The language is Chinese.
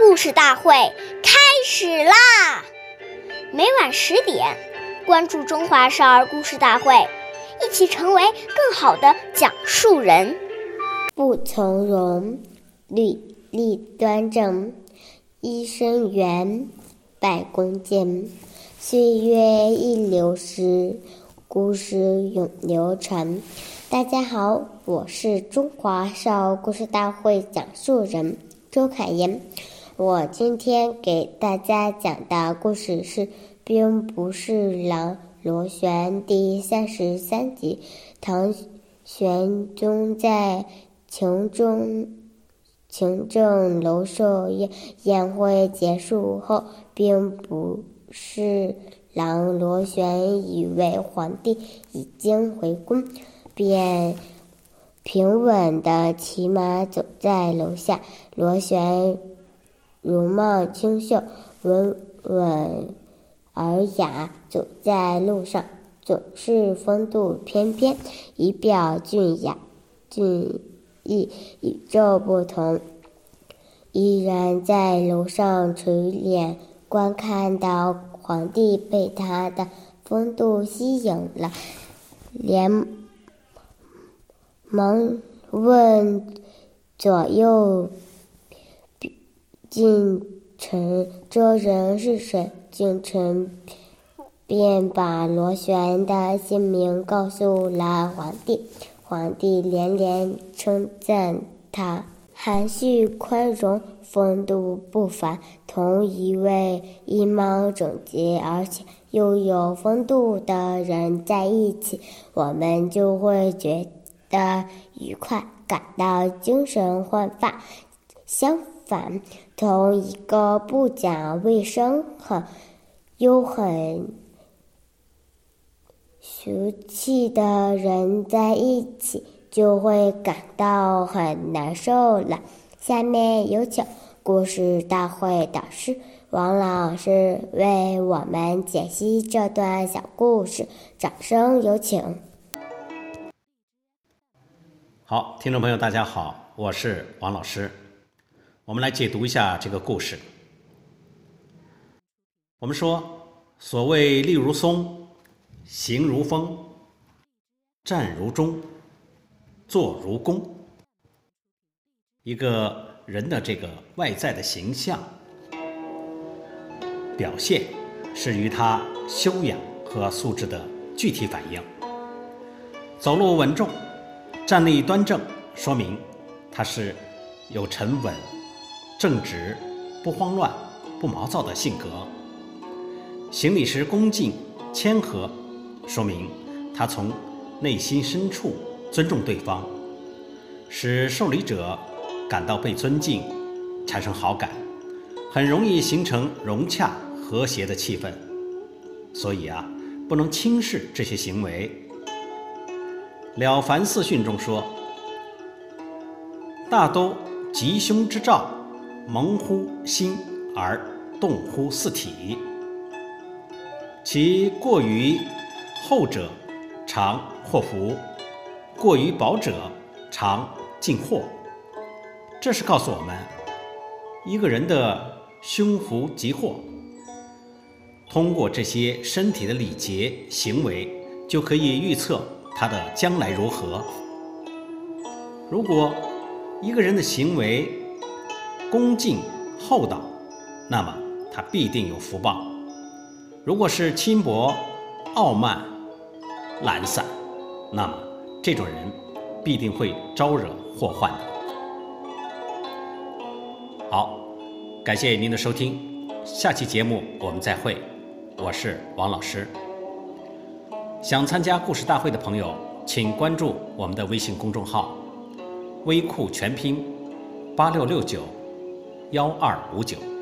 故事大会开始啦！每晚10点，关注中华少儿故事大会，一起成为更好的讲述人。 不从容，履历端正，一生缘，百功坚。岁月易流逝，故事永流传。大家好，我是中华少儿故事大会讲述人周凯妍。我今天给大家讲的故事是《兵不是狼》螺旋第33集。唐玄宗在勤政楼寿宴会结束后，兵不是狼螺旋以为皇帝已经回宫，便平稳地骑马走在楼下。螺旋容貌清秀，温文尔雅，走在路上总是风度翩翩，仪表俊雅俊逸，与众不同。依然在楼上垂帘观看到皇帝被他的风度吸引了，连忙问左右近臣这人是谁。近臣便把螺旋的姓名告诉了皇帝，皇帝连连称赞他含蓄宽容，风度不凡。同一位衣帽整洁而且又有风度的人在一起，我们就会觉得愉快，感到精神焕发。相反，同一个不讲卫生又很俗气的人在一起，就会感到很难受了。下面有请故事大会导师王老师为我们解析这段小故事，掌声有请。 好，听众朋友大家好，我是王老师。我们来解读一下这个故事。我们说，所谓立如松，行如风，站如钟，坐如弓。一个人的这个外在的形象表现，是与他修养和素质的具体反应。走路稳重，站立端正，说明他是有沉稳、正直、不慌乱、不毛躁的性格。行礼时恭敬谦和，说明他从内心深处尊重对方，使受礼者感到被尊敬，产生好感，很容易形成融洽和谐的气氛。所以不能轻视这些行为。了凡四训中说，大都吉凶之兆，蒙乎心而动乎四体，其过于厚者常祸福，过于薄者常进祸。这是告诉我们，一个人的凶福吉祸，通过这些身体的礼节行为，就可以预测他的将来如何。如果一个人的行为恭敬厚道，那么他必定有福报。如果是轻薄、傲慢、懒散，那么这种人必定会招惹祸患的。好，感谢您的收听，下期节目我们再会，我是王老师。想参加故事大会的朋友，请关注我们的微信公众号微库全拼86691259。